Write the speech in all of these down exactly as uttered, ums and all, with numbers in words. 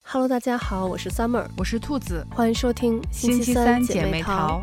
Hello， 大家好，我是 Summer， 我是兔子， 欢迎收听星期三姐妹淘。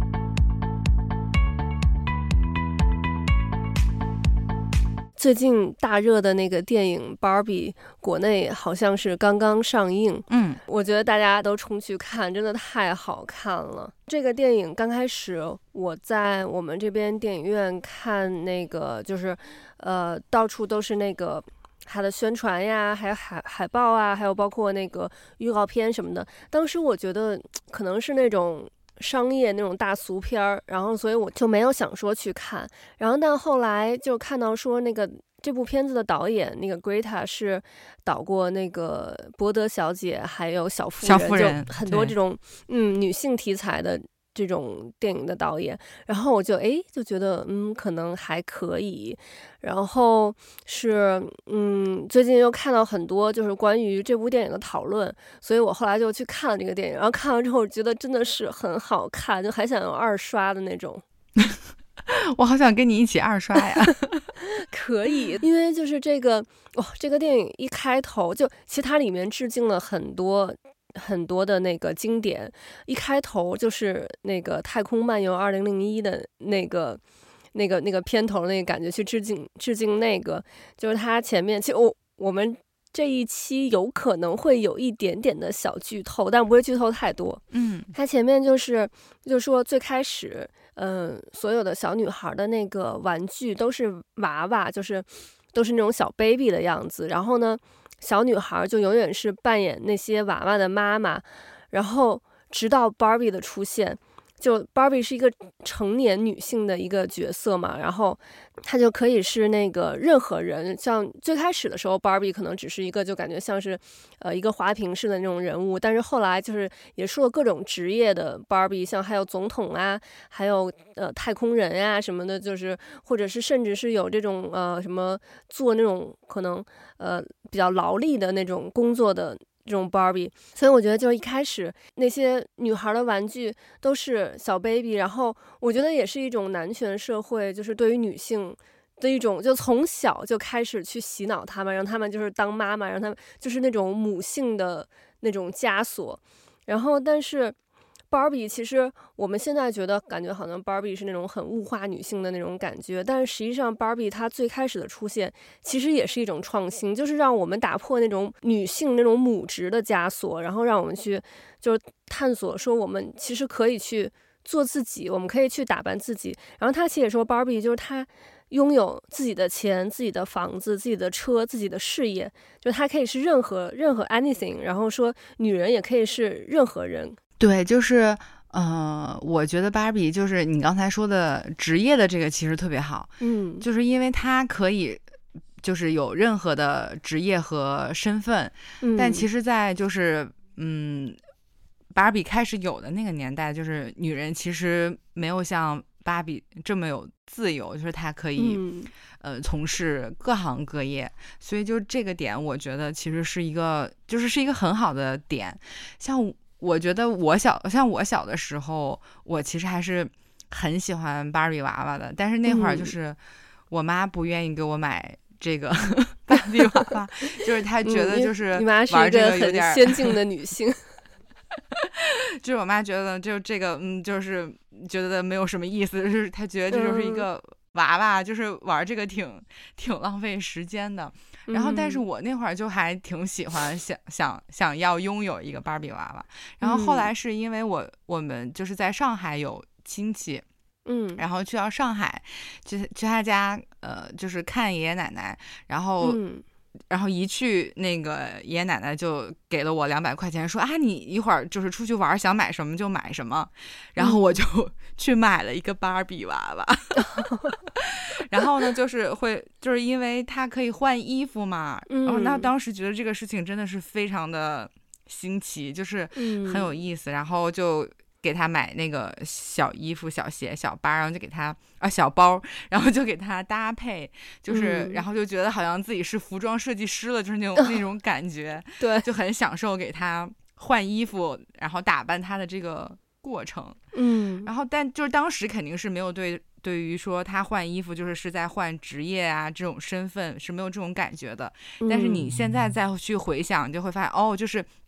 最近大热的那个电影 Barbie 国内好像是刚刚上映， 嗯， 我觉得大家都冲去看，真的太好看了。这个电影刚开始我在我们这边电影院看，那个就是呃到处都是那个它的宣传呀，还有海海报啊，还有包括那个预告片什么的。当时我觉得可能是那种商业那种大俗片儿，然后所以我就没有想说去看。然后但后来就看到说那个这部片子的导演那个 Greta 是导过那个博德小姐还有小妇人， 小妇人就很多这种嗯女性题材的这种电影的导演，然后我就哎就觉得嗯可能还可以。然后是嗯最近又看到很多就是关于这部电影的讨论，所以我后来就去看了这个电影，然后看完之后觉得真的是很好看，就还想有二刷的那种。 我好想跟你一起二刷呀。 可以，因为就是这个哇、哦，这个电影一开头就其实它里面致敬了很多很多的那个经典，一开头就是那个太空漫游二零零一的那个那个那个片头那个感觉，去致敬致敬那个，就是它前面其实我我们这一期有可能会有一点点的小剧透，但不会剧透太多。 嗯， 它前面就是就说最开始嗯、呃，所有的小女孩的那个玩具都是娃娃，就是都是那种小 baby 的样子，然后呢小女孩就永远是扮演那些娃娃的妈妈，然后直到 Barbie 的出现，就 Barbie 是一个成年女性的一个角色嘛，然后她就可以是那个任何人，像最开始的时候 Barbie 可能只是一个就感觉像是呃一个花瓶式的那种人物，但是后来就是也出了各种职业的 Barbie， 像还有总统啊，还有呃太空人啊什么的，就是或者是甚至是有这种呃什么做那种可能呃比较劳力的那种工作的这种 Barbie， 所以我觉得就是一开始那些女孩的玩具都是小 baby， 然后我觉得也是一种男权社会就是对于女性的一种，就从小就开始去洗脑他们，让他们就是当妈妈，让他们就是那种母性的那种枷锁。然后但是Barbie 其实我们现在觉得感觉好像 Barbie 是那种很物化女性的那种感觉，但是实际上 Barbie 它最开始的出现其实也是一种创新，就是让我们打破那种女性那种母职的枷锁，然后让我们去就是探索说我们其实可以去做自己，我们可以去打扮自己。然后他其实也说 Barbie 就是他拥有自己的钱、自己的房子、自己的车、自己的事业，就他可以是任何任何 anything， 然后说女人也可以是任何人。 对，就是呃，我觉得芭比就是你刚才说的职业的这个其实特别好， 嗯， 就是因为它可以就是有任何的职业和身份， 嗯、 但其实在就是嗯，芭比开始有的那个年代，就是女人其实没有像芭比这么有自由，就是她可以、 嗯、 呃从事各行各业，所以就这个点我觉得其实是一个就是是一个很好的点。像我觉得我小像我小的时候，我其实还是很喜欢芭比娃娃的，但是那会儿就是我妈不愿意给我买这个芭比娃娃，就是她觉得就是玩这个有点、 嗯、先进的女性。 就是我妈觉得就这个嗯，就是觉得没有什么意思，就是她觉得这就是一个娃娃，嗯、就是玩这个挺挺浪费时间的。然后但是我那会儿就还挺喜欢想想想要拥有一个芭比娃娃。然后后来是因为我我们就是在上海有亲戚， 嗯， 然后去到上海去去他家呃就是看爷爷奶奶，然后。 嗯然后一去那个爷爷奶奶就给了我两百块钱，说啊你一会儿就是出去玩想买什么就买什么，然后我就去买了一个芭比娃娃。然后呢就是会就是因为它可以换衣服嘛，然后那当时觉得这个事情真的是非常的新奇，就是很有意思，然后就给他买那个小衣服、小鞋、小包，然后就给他啊小包，然后就给他搭配，就是、嗯、然后就觉得好像自己是服装设计师了，就是那种、哦、那种感觉， 对， 就很享受给他换衣服，然后打扮他的这个过程。 嗯， 然后但就是当时肯定是没有对对于说他换衣服就是是在换职业啊这种身份是没有这种感觉的，但是你现在再去回想，就会发现哦，就是。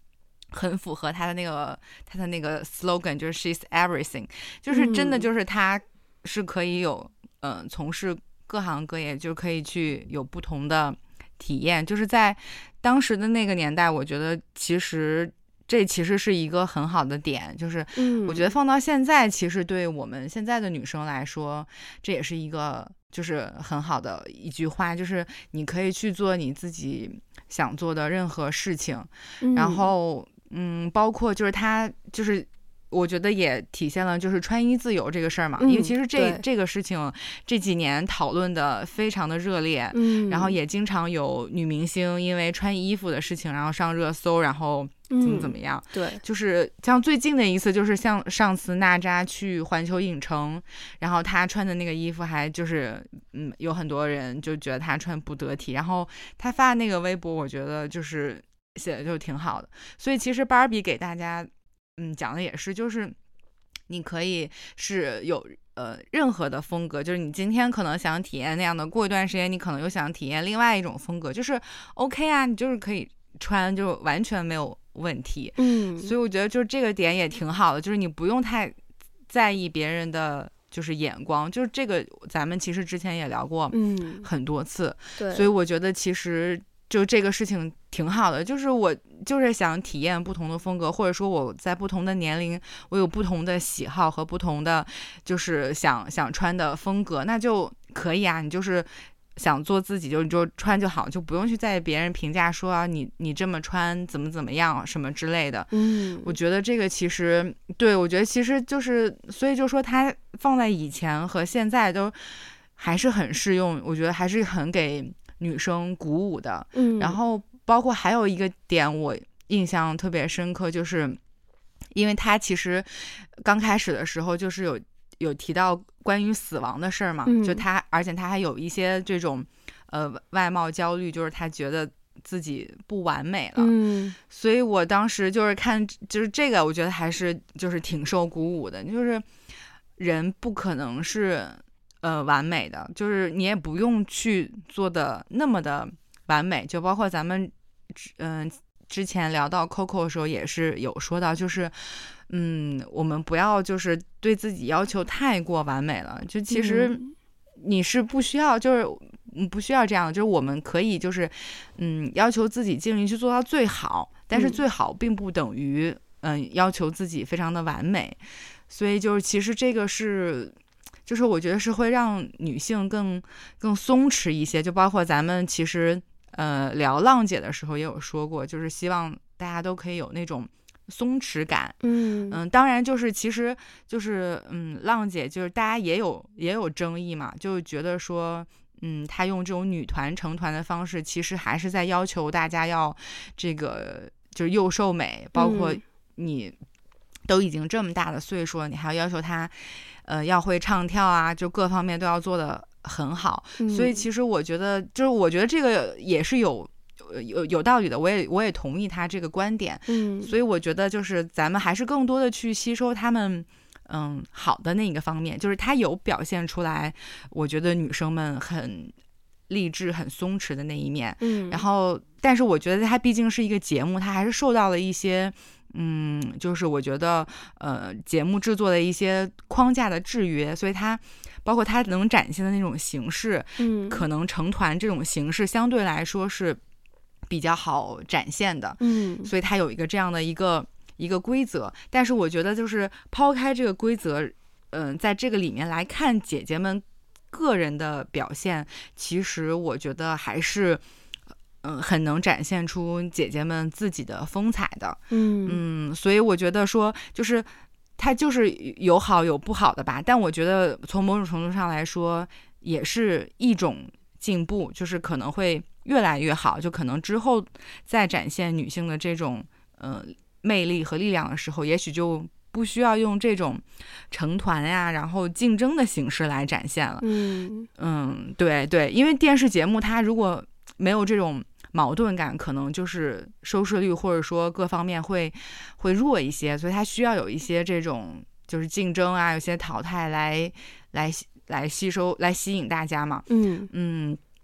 很符合他的那个他的那个 slogan， 就是 she's everything， 就是真的就是他是可以有嗯、呃、从事各行各业，就可以去有不同的体验，就是在当时的那个年代，我觉得其实这其实是一个很好的点，就是我觉得放到现在，其实对我们现在的女生来说，这也是一个就是很好的一句话，就是你可以去做你自己想做的任何事情， 嗯、 然后嗯，包括就是他就是我觉得也体现了就是穿衣自由这个事儿嘛， 嗯、 因为其实这这个事情这几年讨论的非常的热烈， 嗯， 然后也经常有女明星因为穿衣服的事情然后上热搜，然后怎么怎么样、 嗯、对， 就是像最近的一次就是像上次娜扎去环球影城，然后她穿的那个衣服还就是嗯有很多人就觉得她穿不得体，然后她发那个微博我觉得就是写的就挺好的，所以其实芭比给大家嗯，讲的也是，就是你可以是有呃任何的风格，就是你今天可能想体验那样的，过一段时间你可能又想体验另外一种风格，就是 OK 啊，你就是可以穿，就完全没有问题。 嗯， 所以我觉得就是这个点也挺好的，就是你不用太在意别人的就是眼光，就是这个咱们其实之前也聊过很多次， 嗯、对， 所以我觉得其实就这个事情挺好的，就是我就是想体验不同的风格，或者说我在不同的年龄我有不同的喜好和不同的就是想想穿的风格，那就可以啊，你就是想做自己就你就穿就好，就不用去在意别人评价说啊你你这么穿怎么怎么样什么之类的。 嗯， 我觉得这个其实对我觉得其实就是所以就说它放在以前和现在都还是很适用，我觉得还是很给女生鼓舞的。 嗯， 然后包括还有一个点我印象特别深刻，就是因为他其实刚开始的时候就是有有提到关于死亡的事儿嘛、 嗯、 就他而且他还有一些这种呃外貌焦虑，就是他觉得自己不完美了， 嗯， 所以我当时就是看就是这个我觉得还是就是挺受鼓舞的，就是人不可能是呃完美的，就是你也不用去做的那么的完美，就包括咱们嗯、呃、之前聊到 Coco 的时候也是有说到，就是嗯我们不要就是对自己要求太过完美了，就其实你是不需要就是不需要这样，就是我们可以就是嗯要求自己尽力去做到最好，但是最好并不等于嗯、呃、要求自己非常的完美，所以就是其实这个是就是我觉得是会让女性更更松弛一些，就包括咱们其实呃聊浪姐的时候也有说过，就是希望大家都可以有那种松弛感。 嗯嗯，当然就是其实就是嗯浪姐就是大家也有也有争议嘛，就觉得说嗯她用这种女团成团的方式，其实还是在要求大家要这个就是幼瘦美，包括你都已经这么大的岁数了，你还要要求她呃，要会唱跳啊，就各方面都要做得很好、嗯、所以其实我觉得就是我觉得这个也是有有有道理的，我也我也同意他这个观点， 嗯， 所以我觉得就是咱们还是更多的去吸收他们嗯好的那个方面，就是他有表现出来我觉得女生们很励志很松弛的那一面， 嗯， 然后但是我觉得它毕竟是一个节目，它还是受到了一些嗯，就是我觉得呃节目制作的一些框架的制约，所以它包括它能展现的那种形式， 嗯， 可能成团这种形式相对来说是比较好展现的， 嗯， 所以它有一个这样的一个一个规则，但是我觉得就是抛开这个规则嗯、呃，在这个里面来看姐姐们个人的表现，其实我觉得还是嗯，很能展现出姐姐们自己的风采的， 嗯嗯，所以我觉得说，就是它就是有好有不好的吧，但我觉得从某种程度上来说，也是一种进步，就是可能会越来越好，就可能之后再展现女性的这种呃魅力和力量的时候，也许就不需要用这种成团呀、啊，然后竞争的形式来展现了， 嗯嗯，对对，因为电视节目它如果没有这种矛盾感，可能就是收视率或者说各方面会会弱一些，所以它需要有一些这种就是竞争啊，有些淘汰来来来吸收来吸引大家嘛。 嗯嗯，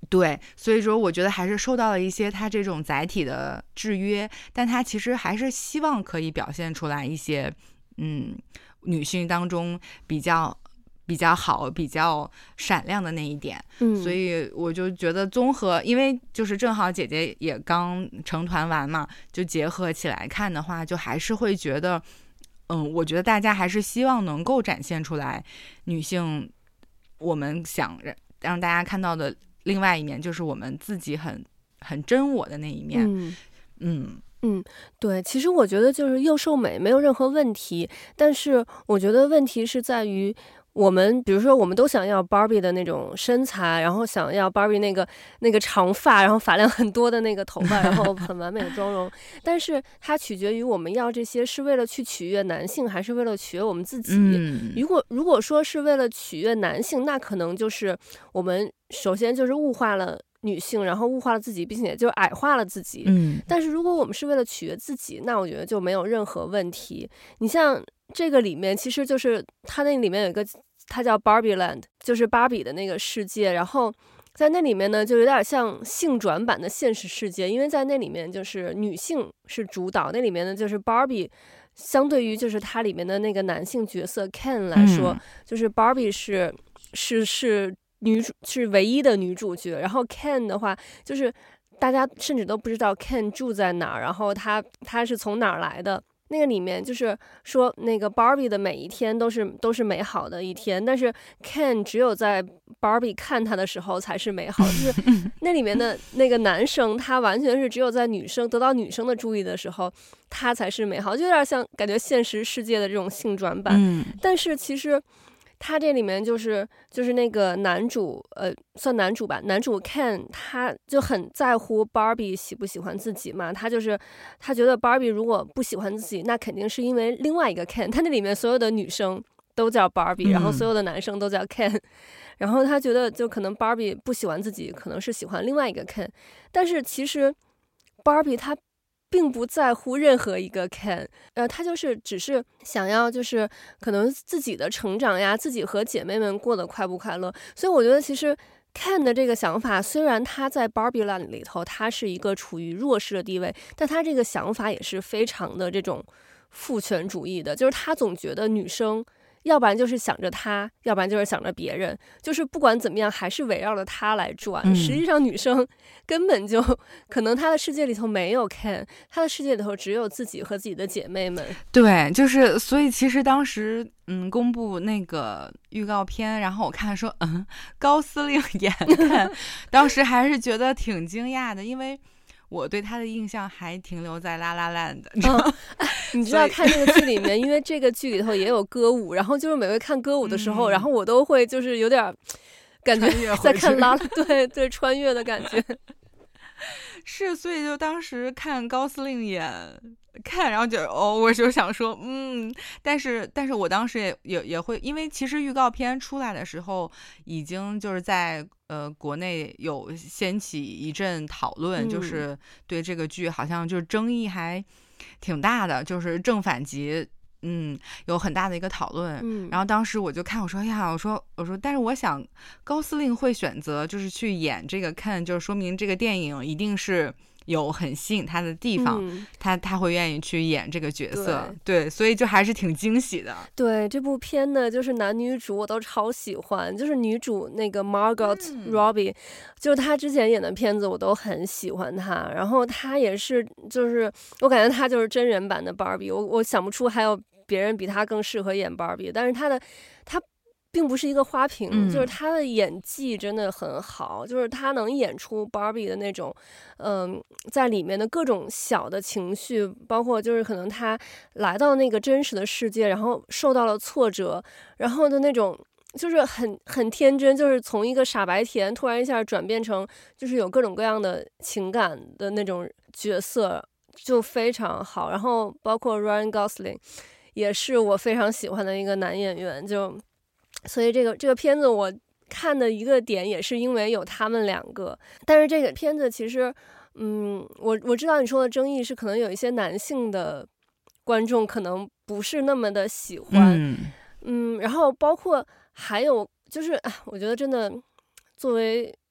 对，所以说我觉得还是受到了一些他这种载体的制约，但他其实还是希望可以表现出来一些嗯女性当中比较比较好比较闪亮的那一点。 嗯， 所以我就觉得综合，因为就是正好姐姐也刚成团完嘛，就结合起来看的话，就还是会觉得嗯，我觉得大家还是希望能够展现出来女性我们想让大家看到的另外一面，就是我们自己很很真我的那一面。 嗯嗯嗯，对，其实我觉得就是幼瘦美没有任何问题，但是我觉得问题是在于我们，比如说我们都想要 Barbie 的那种身材，然后想要 Barbie 那个那个长发，然后发量很多的那个头发，然后很完美的妆容，但是它取决于我们要这些是为了去取悦男性，还是为了取悦我们自己。 嗯， 如果如果说是为了取悦男性，那可能就是我们首先就是物化了女性，然后物化了自己，并且就矮化了自己。 嗯， 但是如果我们是为了取悦自己，那我觉得就没有任何问题。你像这个里面，其实就是它那里面有一个，它叫 Barbie Land， 就是芭比的那个世界，然后在那里面呢，就有点像性转版的现实世界，因为在那里面就是女性是主导，那里面呢就是 Barbie。相对于就是它里面的那个男性角色 Ken 来说， 嗯、 就是 Barbie 是是是女主是唯一的女主角，然后 Ken 的话就是大家甚至都不知道 Ken 住在哪儿，然后他他是从哪儿来的。那个里面就是说，那个 Barbie 的每一天都是都是美好的一天，但是 Ken 只有在 Barbie 看他的时候才是美好的。就是那里面的那个男生，他完全是只有在女生得到女生的注意的时候，他才是美好，就有点像感觉现实世界的这种性转版。 嗯， 但是其实。他这里面就是就是那个男主，呃，算男主吧。男主 Ken 他就很在乎 Barbie 喜不喜欢自己嘛，他就是他觉得 Barbie 如果不喜欢自己，那肯定是因为另外一个 Ken。他那里面所有的女生都叫 Barbie，然后所有的男生都叫 Ken，、嗯、然后他觉得就可能 Barbie 不喜欢自己，可能是喜欢另外一个 Ken。但是其实 Barbie 他并不在乎任何一个 Ken， 呃，他就是只是想要就是可能自己的成长呀，自己和姐妹们过得快不快乐。所以我觉得其实 Ken 的这个想法，虽然他在 Barbie Land 里头他是一个处于弱势的地位，但他这个想法也是非常的这种父权主义的，就是他总觉得女生要不然就是想着他，要不然就是想着别人，就是不管怎么样还是围绕着他来转、嗯、实际上女生根本就可能她的世界里头没有 Ken， 她的世界里头只有自己和自己的姐妹们。 对，就是所以其实当时嗯公布那个预告片，然后我看说嗯高司令演Ken，当时还是觉得挺惊讶的，因为我对他的印象还停留在拉拉烂的，你知道、哦哎、你知道看这个剧里面，因为这个剧里头也有歌舞，然后就是每回看歌舞的时候、嗯、然后我都会就是有点感觉在看拉拉，对对，穿越的感觉。 是，所以就当时看高司令演看，然后就哦，我就想说，嗯，但是但是我当时也也也会，因为其实预告片出来的时候，已经就是在呃国内有掀起一阵讨论、嗯，就是对这个剧好像就是争议还挺大的，就是正反极。嗯，有很大的一个讨论、嗯，然后当时我就看，我说呀，我说我说，但是我想高司令会选择就是去演这个 Ken， 就是说明这个电影一定是有很吸引他的地方，嗯、他他会愿意去演这个角色， 对， 对，所以就还是挺惊喜的。 对，这部片呢，就是男女主我都超喜欢，就是女主那个 Margot Robbie，、嗯、就是她之前演的片子我都很喜欢她，然后她也是，就是我感觉她就是真人版的 Barbie， 我我想不出还有别人比她更适合演 Barbie， 但是她的她并不是一个花瓶、嗯、就是她的演技真的很好，就是她能演出 Barbie 的那种嗯，在里面的各种小的情绪，包括就是可能她来到那个真实的世界，然后受到了挫折，然后的那种就是很很天真，就是从一个傻白甜突然一下转变成就是有各种各样的情感的那种角色，就非常好。然后包括 Ryan Gosling 也是我非常喜欢的一个男演员，就所以这个这个片子我看的一个点也是因为有他们两个。但是这个片子其实嗯，我我知道你说的争议是可能有一些男性的观众可能不是那么的喜欢， 嗯, 嗯然后包括还有就是我觉得真的作为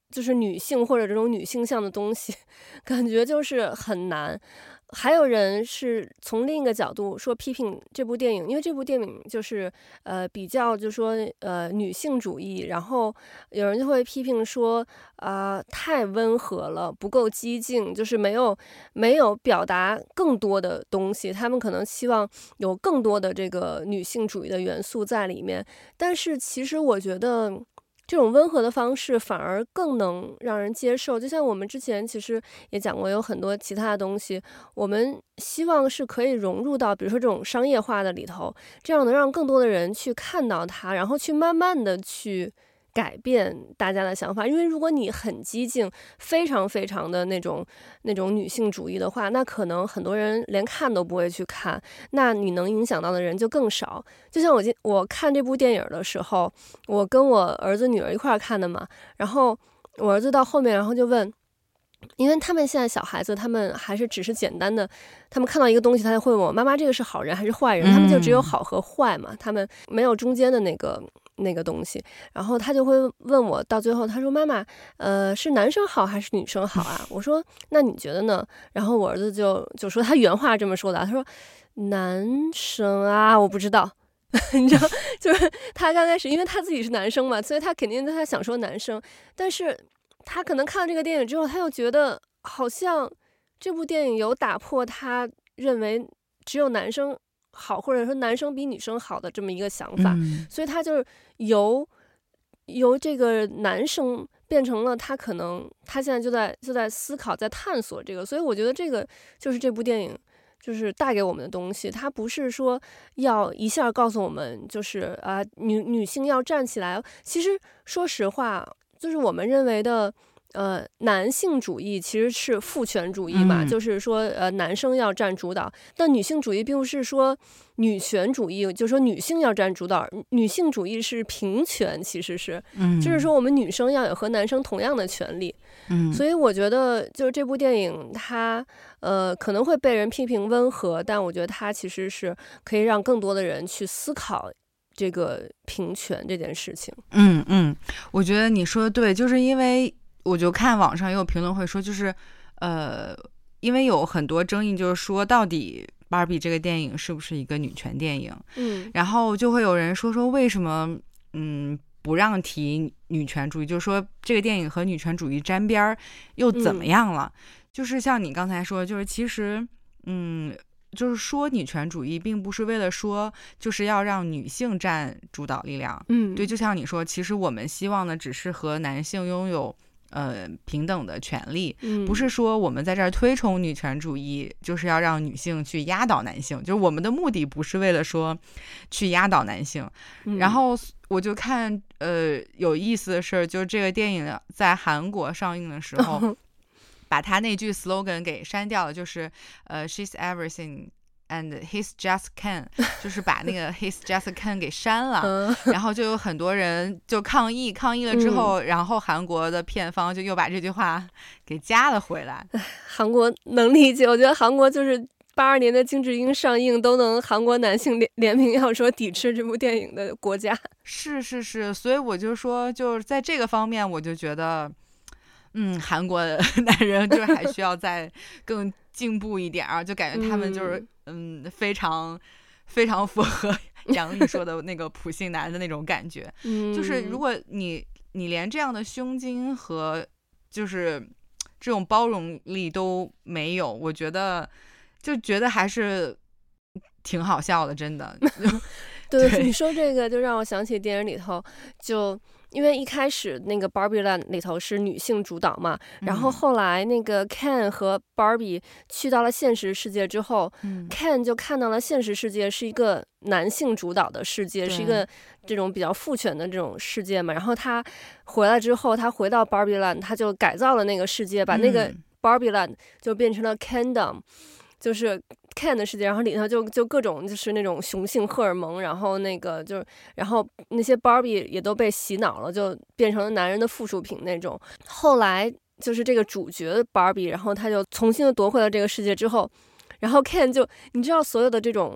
就是女性或者这种女性向的东西，感觉就是很难。还有人是从另一个角度说批评这部电影，因为这部电影就是呃比较就说呃女性主义，然后有人就会批评说啊、呃、太温和了，不够激进，就是没有没有表达更多的东西，他们可能希望有更多的这个女性主义的元素在里面。但是其实我觉得这种温和的方式反而更能让人接受。就像我们之前其实也讲过，有很多其他的东西，我们希望是可以融入到比如说这种商业化的里头，这样能让更多的人去看到它，然后去慢慢的去改变大家的想法。因为如果你很激进，非常非常的那种那种女性主义的话，那可能很多人连看都不会去看，那你能影响到的人就更少。就像我今我看这部电影的时候，我跟我儿子女儿一块儿看的嘛，然后我儿子到后面然后就问，因为他们现在小孩子，他们还是只是简单的，他们看到一个东西，他就会问我妈妈这个是好人还是坏人，他们就只有好和坏嘛，他们没有中间的那个那个东西。然后他就会问我，到最后他说妈妈，呃，是男生好还是女生好啊？我说那你觉得呢？然后我儿子就就说他原话这么说的，他说男生啊，我不知道。你知道，就是他刚开始，因为他自己是男生嘛，所以他肯定他想说男生，但是他可能看了这个电影之后，他又觉得好像这部电影有打破他认为只有男生好，或者说男生比女生好的这么一个想法， 嗯、 所以他就是由由这个男生变成了他可能他现在就在就在思考，在探索这个，所以我觉得这个就是这部电影就是带给我们的东西。它不是说要一下告诉我们就是啊、呃、女女性要站起来，其实说实话，就是我们认为的呃男性主义其实是父权主义嘛， 嗯、 就是说呃男生要占主导，但女性主义并不是说女权主义，就是说女性要占主导，女性主义是平权，其实是， 嗯， 就是说我们女生要有和男生同样的权利。 嗯， 所以我觉得就是这部电影它呃可能会被人批评温和，但我觉得它其实是可以让更多的人去思考这个平权这件事情。 嗯嗯，我觉得你说的对，就是因为我就看网上也有评论会说，就是呃，因为有很多争议，就是说到底芭比这个电影是不是一个女权电影？ 嗯， 然后就会有人说说为什么嗯不让提女权主义，就是说这个电影和女权主义沾边儿又怎么样了？嗯、就是像你刚才说，就是其实嗯。就是说女权主义并不是为了说就是要让女性占主导力量， 嗯， 对，就像你说，其实我们希望的只是和男性拥有呃平等的权利， 嗯， 不是说我们在这儿推崇女权主义就是要让女性去压倒男性，就是我们的目的不是为了说去压倒男性。 嗯、 然后我就看呃有意思的事，就是这个电影在韩国上映的时候。把他那句 slogan 给删掉了，就是呃 she's everything and he's just Ken， 就是把那个 he's just Ken 给删了，然后就有很多人就抗议，抗议了之后，嗯、然后韩国的片方就又把这句话给加了回来。 韩国能理解，我觉得韩国就是八二年的金智英上映都能韩国男性联联名要说抵制这部电影的国家。 是是是，所以我就说，就是在这个方面，我就觉得。嗯，韩国的男人就是还需要再更进步一点啊，就感觉他们就是嗯, 嗯非常非常符合杨丽说的那个普信男的那种感觉。 嗯， 就是如果你你连这样的胸襟和就是这种包容力都没有，我觉得就觉得还是挺好笑的，真的。 对, 对，你说这个就让我想起电影里头就。因为一开始那个 Barbie Land 里头是女性主导嘛，然后后来那个 Ken 和 Barbie 去到了现实世界之后，嗯、Ken 就看到了现实世界是一个男性主导的世界，是一个这种比较父权的这种世界嘛。然后他回来之后，他回到 Barbie Land， 他就改造了那个世界，把那个 Barbie Land 就变成了 Kendom， 就是。Ken 的世界，然后里头就就各种就是那种雄性荷尔蒙，然后那个就然后那些 Barbie 也都被洗脑了，就变成了男人的附属品那种。后来就是这个主角 Barbie， 然后他就重新的夺回了这个世界之后，然后 Ken 就你知道所有的这种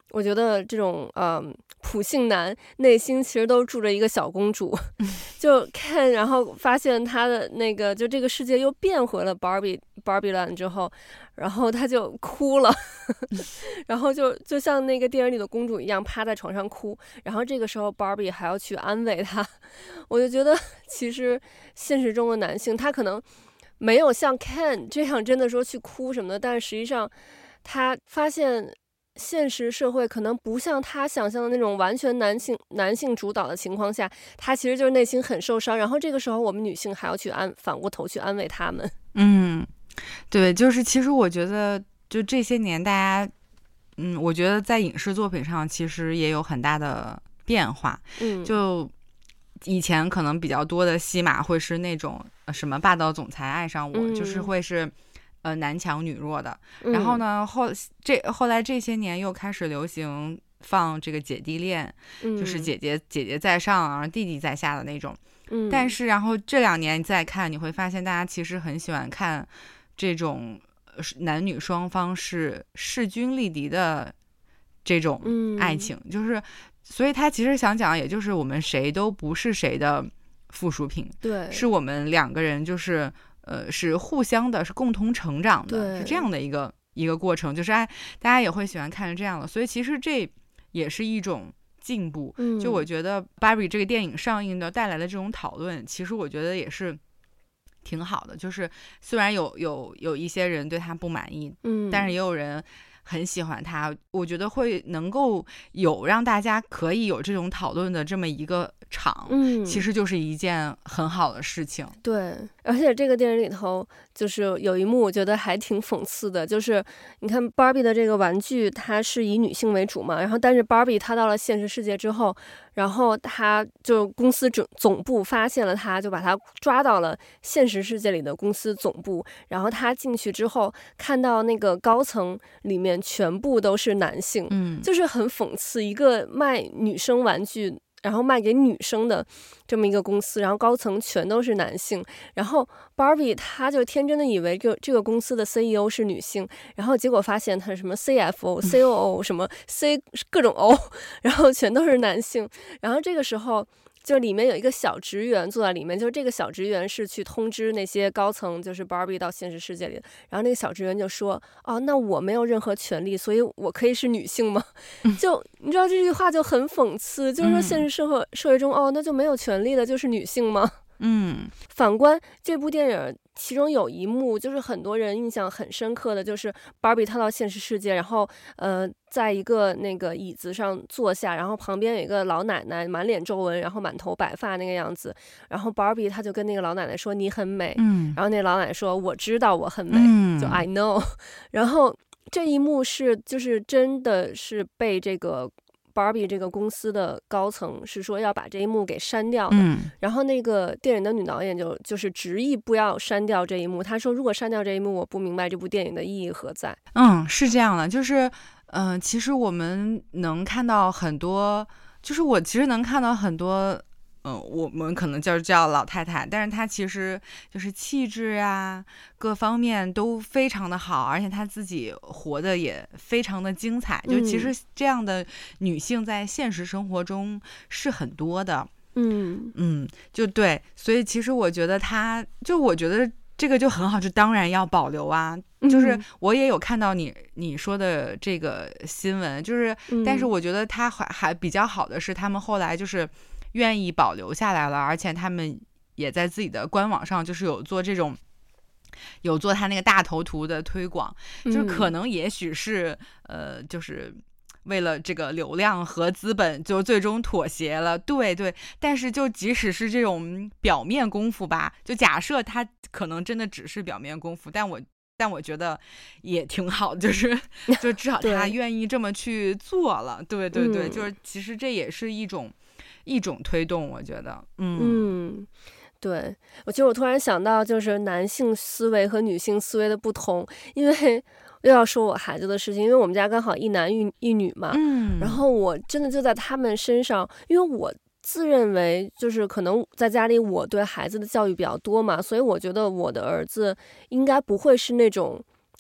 我觉得这种呃普信男内心其实都住着一个小公主，就看，然后发现他的那个就这个世界又变回了 Barbie Barbie Land 之后，然后他就哭了，然后就就像那个电影里的公主一样趴在床上哭，然后这个时候 Barbie 还要去安慰他，我就觉得其实现实中的男性他可能没有像 Ken 这样真的说去哭什么的，但是实际上他发现现实社会可能不像他想象的那种完全男性男性主导的情况下，他其实就是内心很受伤，然后这个时候我们女性还要去安反过头去安慰他们。 嗯，对，就是其实我觉得就这些年大家嗯，我觉得在影视作品上其实也有很大的变化。 嗯， 就以前可能比较多的戏码会是那种什么霸道总裁爱上我， 嗯、 就是会是呃男强女弱的。 嗯、 然后呢后这后来这些年又开始流行放这个姐弟恋， 嗯、 就是姐姐姐姐在上然后弟弟在下的那种。 嗯， 但是然后这两年再看，你会发现大家其实很喜欢看这种男女双方是势均力敌的这种爱情， 嗯、 就是所以他其实想讲，也就是我们谁都不是谁的附属品， 对， 是我们两个人就是呃是互相的，是共同成长的，是这样的一个一个过程，就是哎，大家也会喜欢看这样的，所以其实这也是一种进步。 嗯、 就我觉得 Barbie 这个电影上映的带来的这种讨论，其实我觉得也是挺好的，就是虽然有有有一些人对他不满意， 嗯， 但是也有人很喜欢他，我觉得会能够有让大家可以有这种讨论的这么一个场， 嗯， 其实就是一件很好的事情。 对，而且这个电影里头就是有一幕我觉得还挺讽刺的，就是你看 Barbie 的这个玩具它是以女性为主嘛，然后但是 Barbie 她到了现实世界之后，然后她就公司总总部发现了她，就把她抓到了现实世界里的公司总部，然后她进去之后看到那个高层里面全部都是男性， 嗯， 就是很讽刺，一个卖女生玩具然后卖给女生的这么一个公司，然后高层全都是男性，然后 Barbie 她就天真的以为这这个公司的 C E O 是女性，然后结果发现她是什么 C F O、C O O 什么 C 各种 O， 然后全都是男性，然后这个时候就里面有一个小职员坐在里面，就是这个小职员是去通知那些高层，就是 Barbie 到现实世界里，然后那个小职员就说：“哦，那我没有任何权利，所以我可以是女性吗？”就你知道这句话就很讽刺，就是说现实社会社会中，哦，那就没有权利的就是女性吗？ 嗯， 反观这部电影，其中有一幕就是很多人印象很深刻的，就是 Barbie 她到现实世界，然后呃，在一个那个椅子上坐下，然后旁边有一个老奶奶，满脸皱纹，然后满头白发那个样子，然后 Barbie 她就跟那个老奶奶说：“你很美。” 嗯， 然后那个老奶奶说：“我知道我很美。 嗯” 就 I know。然后这一幕是就是真的是被这个Barbie 这个公司的高层是说要把这一幕给删掉的， 嗯， 然后那个电影的女导演就就是执意不要删掉这一幕，她说如果删掉这一幕，我不明白这部电影的意义何在。 嗯，是这样的，就是嗯、呃，其实我们能看到很多，就是我其实能看到很多。嗯，我们可能就叫老太太，但是她其实就是气质呀，各方面都非常的好，而且她自己活得也非常的精彩。就其实这样的女性在现实生活中是很多的。 嗯嗯，就对，所以其实我觉得她，就我觉得这个就很好，就当然要保留啊。就是我也有看到你你说的这个新闻，就是，但是我觉得她还还比较好的是，他们后来就是愿意保留下来了，而且他们也在自己的官网上就是有做这种有做他那个大头图的推广，就是可能也许是呃就是为了这个流量和资本就最终妥协了，对对，但是就即使是这种表面功夫吧，就假设他可能真的只是表面功夫，但我但我觉得也挺好，就是就至少他愿意这么去做了，对对对，就是其实这也是一种一种推动，我觉得，嗯嗯，对，我其实我突然想到，就是男性思维和女性思维的不同，因为又要说我孩子的事情，因为我们家刚好一男一一女嘛， 嗯， 然后我真的就在他们身上，因为我自认为就是可能在家里我对孩子的教育比较多嘛，所以我觉得我的儿子应该不会是那种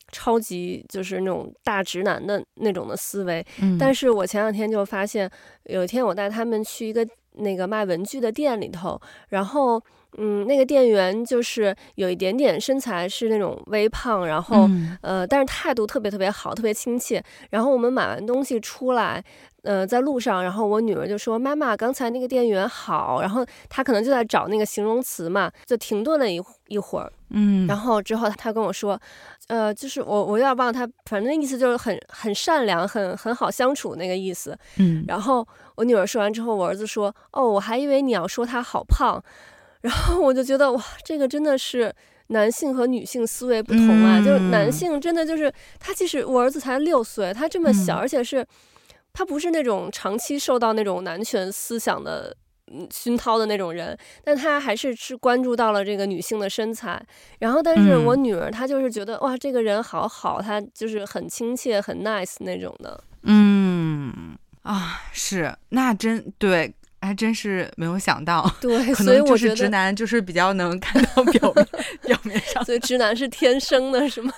超级就是那种大直男的那种的思维。 嗯， 但是我前两天就发现，有一天我带他们去一个那个卖文具的店里头，然后嗯，那个店员就是有一点点身材是那种微胖，然后、 嗯、 呃，但是态度特别特别好，特别亲切。然后我们买完东西出来，呃，在路上，然后我女儿就说：“妈妈，刚才那个店员好。”然后她可能就在找那个形容词嘛，就停顿了一一会儿。 嗯， 然后之后她跟我说，呃，就是我我有点忘她，反正意思就是很很善良，很很好相处那个意思。 嗯， 然后我女儿说完之后，我儿子说：“哦，我还以为你要说他好胖。”然后我就觉得哇，这个真的是男性和女性思维不同啊！ 嗯、 就是男性真的就是他，即使我儿子才六岁，他这么小， 嗯、 而且是他不是那种长期受到那种男权思想的熏陶的那种人，但他还是是关注到了这个女性的身材。然后，但是我女儿她就是觉得、嗯、哇，这个人好好，她就是很亲切、很 nice 那种的。 嗯啊，是那真对。还真是没有想到， 对， 可能就是直男就是比较能看到表面表面上， 所以直男是天生的，是吗？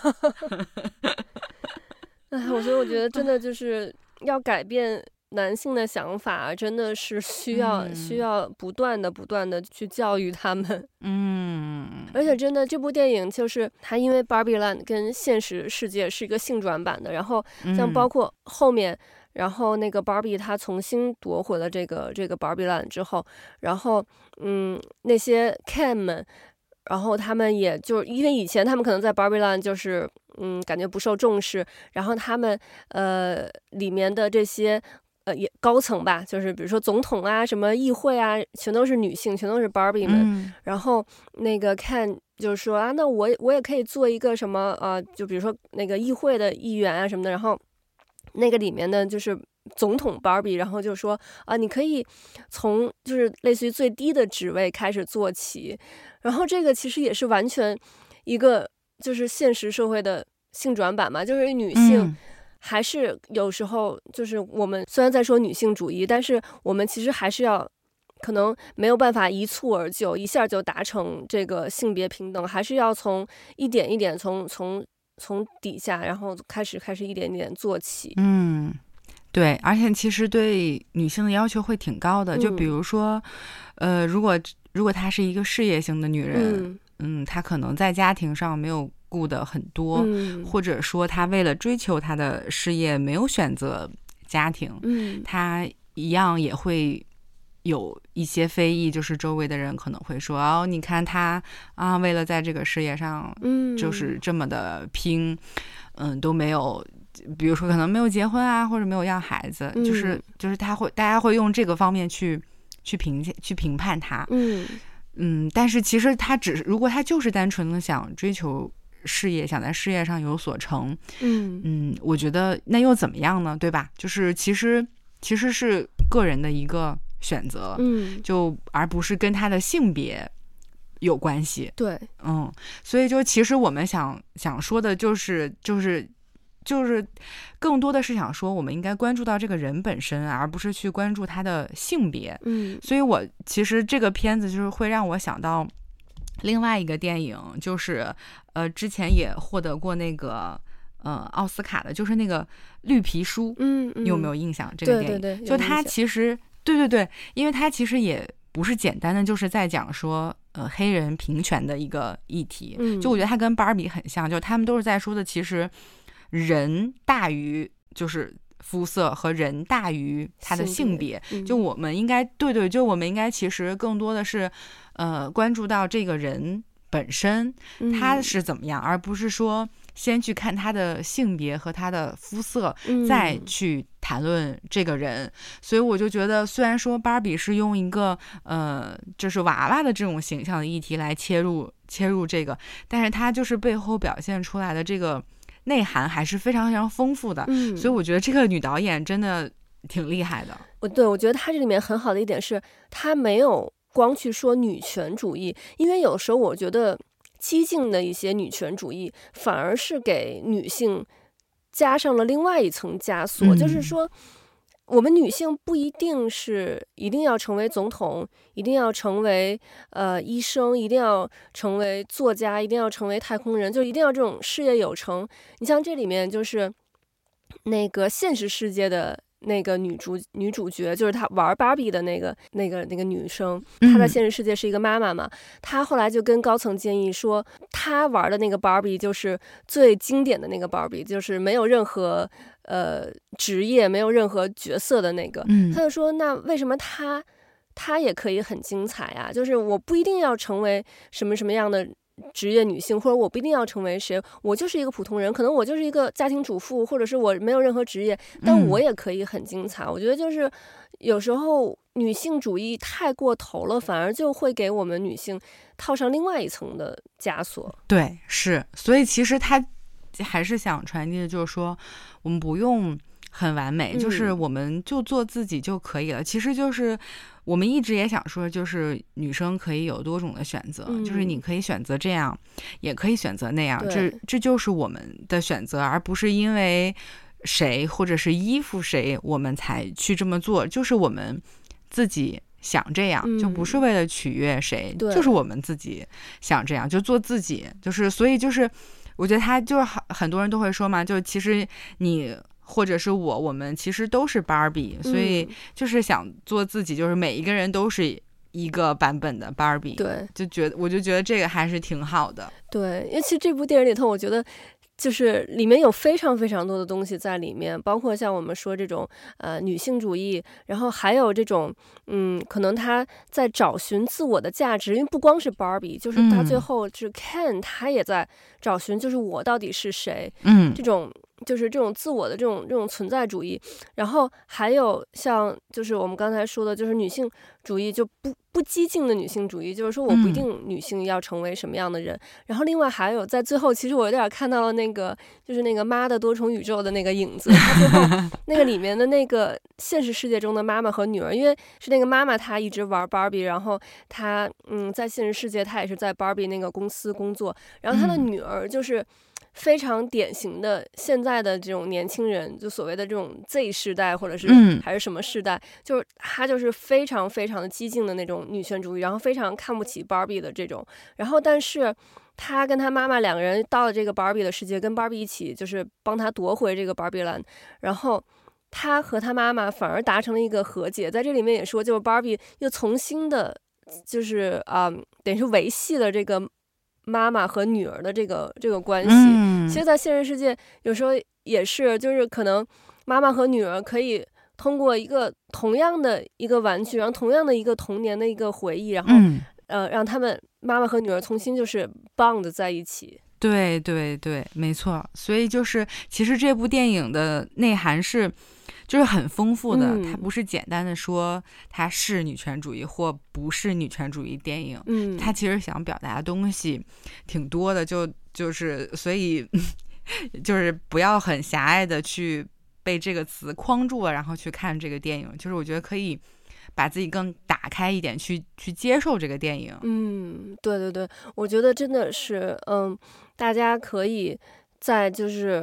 哎，我所以我觉得真的就是要改变男性的想法，真的是需要、嗯、需要不断的不断的去教育他们。 嗯， 而且真的这部电影就是它，因为 Barbie Land 跟现实世界是一个性转版的，然后像包括后面。嗯然后那个 Barbie 她重新夺回了这个这个 Barbie Land 之后，然后嗯那些 Ken 们，然后他们也就因为以前他们可能在 Barbie Land 就是嗯感觉不受重视，然后他们呃里面的这些呃也高层吧，就是比如说总统啊、什么议会啊，全都是女性，全都是 Barbie 们。 嗯、 然后那个 Ken 就是说啊，那我我也可以做一个什么呃，就比如说那个议会的议员啊什么的，然后。那个里面呢，就是总统 Barbie， 然后就说啊，你可以从就是类似于最低的职位开始做起，然后这个其实也是完全一个就是现实社会的性转版嘛，就是女性还是有时候就是我们虽然在说女性主义，但是我们其实还是要可能没有办法一蹴而就，一下就达成这个性别平等，还是要从一点一点从从。从底下，然后开始开始一点点做起。 嗯，对，而且其实对女性的要求会挺高的，嗯、就比如说，呃，如果如果她是一个事业型的女人，嗯，嗯她可能在家庭上没有顾得很多， 嗯、 或者说她为了追求她的事业没有选择家庭， 嗯， 她一样也会。有一些非议，就是周围的人可能会说哦，你看他啊，为了在这个事业上， 嗯， 就是这么的拼，嗯，都没有，比如说可能没有结婚啊，或者没有要孩子， 嗯、 就是就是他会，大家会用这个方面去去评价、去评判他， 嗯嗯，但是其实他只是，如果他就是单纯的想追求事业，想在事业上有所成， 嗯嗯，我觉得那又怎么样呢？对吧？就是其实其实是个人的一个。选择， 嗯， 就而不是跟他的性别有关系。 对， 嗯，所以就其实我们想想说的就是就是就是更多的是想说，我们应该关注到这个人本身，而不是去关注他的性别。 嗯， 所以我其实这个片子就是会让我想到另外一个电影，就是呃之前也获得过那个。呃，奥斯卡的就是那个绿皮书， 嗯， 你有没有印象？这个电影， 对对对， 就它其实，对对对，因为它其实也不是简单的，就是在讲说，呃，黑人平权的一个议题。 嗯， 就我觉得它跟芭比很像，就他们都是在说的，其实人大于就是肤色和人大于他的性别。 嗯、 就我们应该，对对，就我们应该其实更多的是，呃，关注到这个人本身他是怎么样， 嗯、 而不是说。先去看他的性别和他的肤色， 嗯、 再去谈论这个人。所以我就觉得，虽然说芭比是用一个呃，就是娃娃的这种形象的议题来切入切入这个，但是它就是背后表现出来的这个内涵还是非常非常丰富的。 嗯、 所以我觉得这个女导演真的挺厉害的。 我对我觉得她这里面很好的一点是，她没有光去说女权主义，因为有时候我觉得。激进的一些女权主义反而是给女性加上了另外一层枷锁， 嗯、 就是说我们女性不一定是一定要成为总统，一定要成为呃医生，一定要成为作家，一定要成为太空人，就一定要这种事业有成。你像这里面就是那个现实世界的那个女主女主角，就是她玩芭比的那个那个那个女生，她在现实世界是一个妈妈嘛，嗯、她后来就跟高层建议说，她玩的那个芭比就是最经典的那个芭比，就是没有任何呃职业，没有任何角色的那个。 嗯， 她就说，那为什么她她也可以很精彩啊？就是我不一定要成为什么什么样的职业女性，或者我不一定要成为谁，我就是一个普通人，可能我就是一个家庭主妇，或者是我没有任何职业，但我也可以很精彩。嗯、我觉得就是有时候女性主义太过头了，反而就会给我们女性套上另外一层的枷锁。 对，是，所以其实他还是想传递的就是说，我们不用很完美，就是我们就做自己就可以了。嗯、其实就是我们一直也想说，就是女生可以有多种的选择，嗯、就是你可以选择这样，也可以选择那样，这这就是我们的选择，而不是因为谁或者是依附谁我们才去这么做，就是我们自己想这样，嗯、就不是为了取悦谁，就是我们自己想这样，就做自己。就是所以就是我觉得他就是很很多人都会说嘛，就其实你或者是我，我们其实都是芭比，所以就是想做自己，就是每一个人都是一个版本的芭比。 对， 就觉得我就觉得这个还是挺好的。 对，因为其实这部电影里头，我觉得就是里面有非常非常多的东西在里面，包括像我们说这种呃女性主义，然后还有这种嗯，可能他在找寻自我的价值，因为不光是 Barbie， 就是他最后就是 Ken， 他也在找寻，就是我到底是谁，嗯，这种。就是这种自我的这种这种存在主义，然后还有像就是我们刚才说的，就是女性主义，就不不激进的女性主义，就是说我不一定女性要成为什么样的人。嗯、然后另外还有在最后，其实我有点看到了那个就是那个妈的多重宇宙的那个影子，她最后那个里面的那个现实世界中的妈妈和女儿，因为是那个妈妈她一直玩 Barbie， 然后她嗯在现实世界她也是在 Barbie 那个公司工作，然后她的女儿就是非常典型的现在的这种年轻人，就所谓的这种 Z 世代，或者是还是什么世代，嗯、就是他就是非常非常的激进的那种女权主义，然后非常看不起 Barbie 的这种，然后但是他跟他妈妈两个人到了这个 Barbie 的世界，跟 Barbie 一起就是帮他夺回这个 Barbie land， 然后他和他妈妈反而达成了一个和解，在这里面也说，就是 Barbie 又重新的，就是啊、呃，等于是维系了这个妈妈和女儿的这个这个关系。嗯、其实在现实世界有时候也是，就是可能妈妈和女儿可以通过一个同样的一个玩具，然后同样的一个童年的一个回忆，然后、嗯、呃让他们妈妈和女儿重新就是 bond 在一起。 对对对，没错。所以就是其实这部电影的内涵是就是很丰富的，嗯、它不是简单的说它是女权主义或不是女权主义电影，嗯，它其实想表达的东西挺多的，就就是所以就是不要很狭隘的去被这个词框住了，然后去看这个电影，就是我觉得可以把自己更打开一点，去去接受这个电影。 嗯，对对对，我觉得真的是，嗯，大家可以在就是。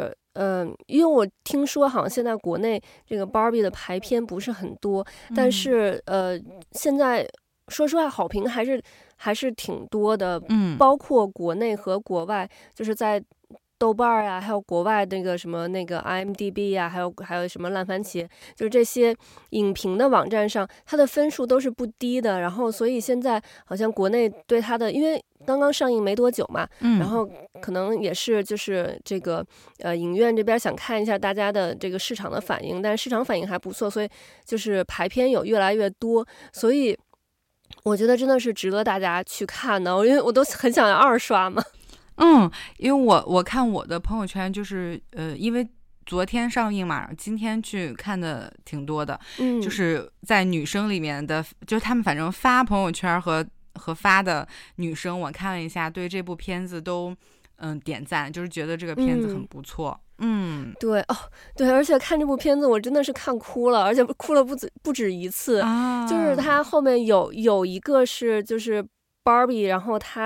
嗯，因为我听说好像现在国内这个 Barbie 的排片不是很多，嗯、但是呃，现在说实话好评还是还是挺多的，嗯，包括国内和国外，就是在豆瓣啊，还有国外那个什么那个 I M D B 啊，还有还有什么烂番茄，就是这些影评的网站上，它的分数都是不低的。然后，所以现在好像国内对它的，因为刚刚上映没多久嘛，嗯、然后可能也是就是这个呃影院这边想看一下大家的这个市场的反应，但是市场反应还不错，所以就是排片有越来越多，所以我觉得真的是值得大家去看的，因为我都很想要二刷嘛。 嗯，因为我我看我的朋友圈就是呃，因为昨天上映嘛，今天去看的挺多的，嗯，就是在女生里面的，就是他们反正发朋友圈和和发的女生，我看了一下，对这部片子都嗯点赞，就是觉得这个片子很不错。嗯， 嗯对哦，对，而且看这部片子我真的是看哭了，而且哭了不止不止一次，啊、就是它后面有有一个是就是 Barbie， 然后她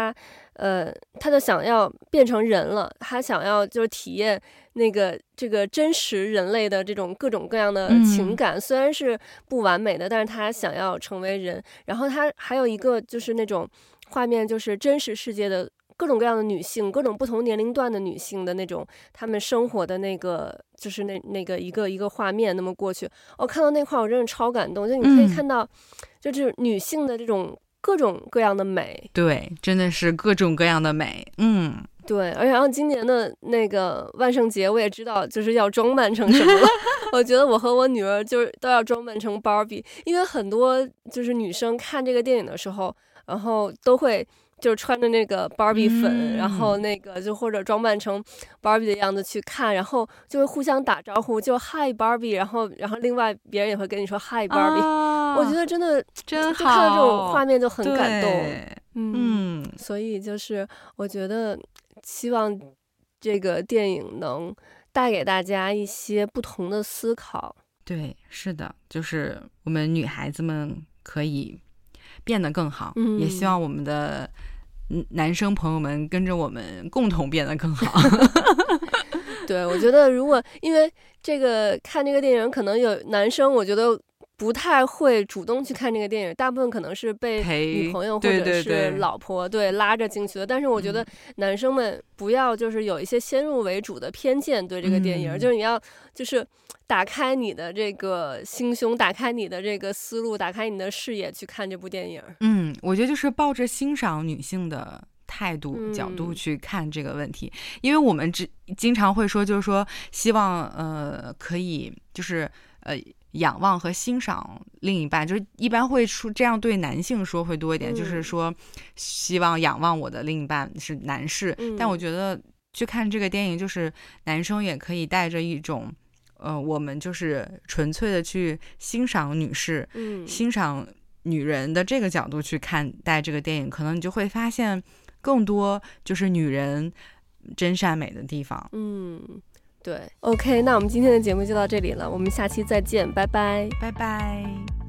呃，他就想要变成人了，他想要就是体验那个这个真实人类的这种各种各样的情感，嗯、虽然是不完美的，但是他想要成为人。然后他还有一个就是那种画面，就是真实世界的各种各样的女性，各种不同年龄段的女性的那种她们生活的那个就是那那个一个一个画面那么过去。我、哦、看到那块我真的超感动，就你可以看到，就是女性的这种各种各样的美， 对，真的是各种各样的美，嗯， 对。而且然后今年的那个万圣节，我也知道就是要装扮成什么了。我觉得我和我女儿就是都要装扮成 Barbie， 因为很多就是女生看这个电影的时候，然后都会就是穿着那个 Barbie 粉、嗯，然后那个就或者装扮成 Barbie 的样子去看，然后就会互相打招呼，就 Hi Barbie， 然后然后另外别人也会跟你说 Hi Barbie，、哦、我觉得真的真好， 就看到这种画面就很感动， 嗯， 嗯，所以就是我觉得希望这个电影能带给大家一些不同的思考。 对，是的，就是我们女孩子们可以变得更好、嗯、也希望我们的男生朋友们跟着我们共同变得更好。 对，我觉得如果因为这个看这个电影，可能有男生我觉得不太会主动去看这个电影，大部分可能是被女朋友或者是老婆 对, 对, 对拉着进去的。但是我觉得男生们不要就是有一些先入为主的偏见对这个电影、嗯、就是你要就是打开你的这个心胸，打开你的这个思路，打开你的视野去看这部电影。 嗯，我觉得就是抱着欣赏女性的态度角度去看这个问题、嗯、因为我们只经常会说就是说希望呃可以就是呃仰望和欣赏另一半，就是一般会说这样对男性说会多一点、嗯、就是说希望仰望我的另一半是男士、嗯、但我觉得去看这个电影就是男生也可以带着一种呃我们就是纯粹的去欣赏女士、嗯、欣赏女人的这个角度去看待这个电影，可能你就会发现更多就是女人真善美的地方。 嗯，对 OK， 那我们今天的节目就到这里了，我们下期再见，拜拜拜拜。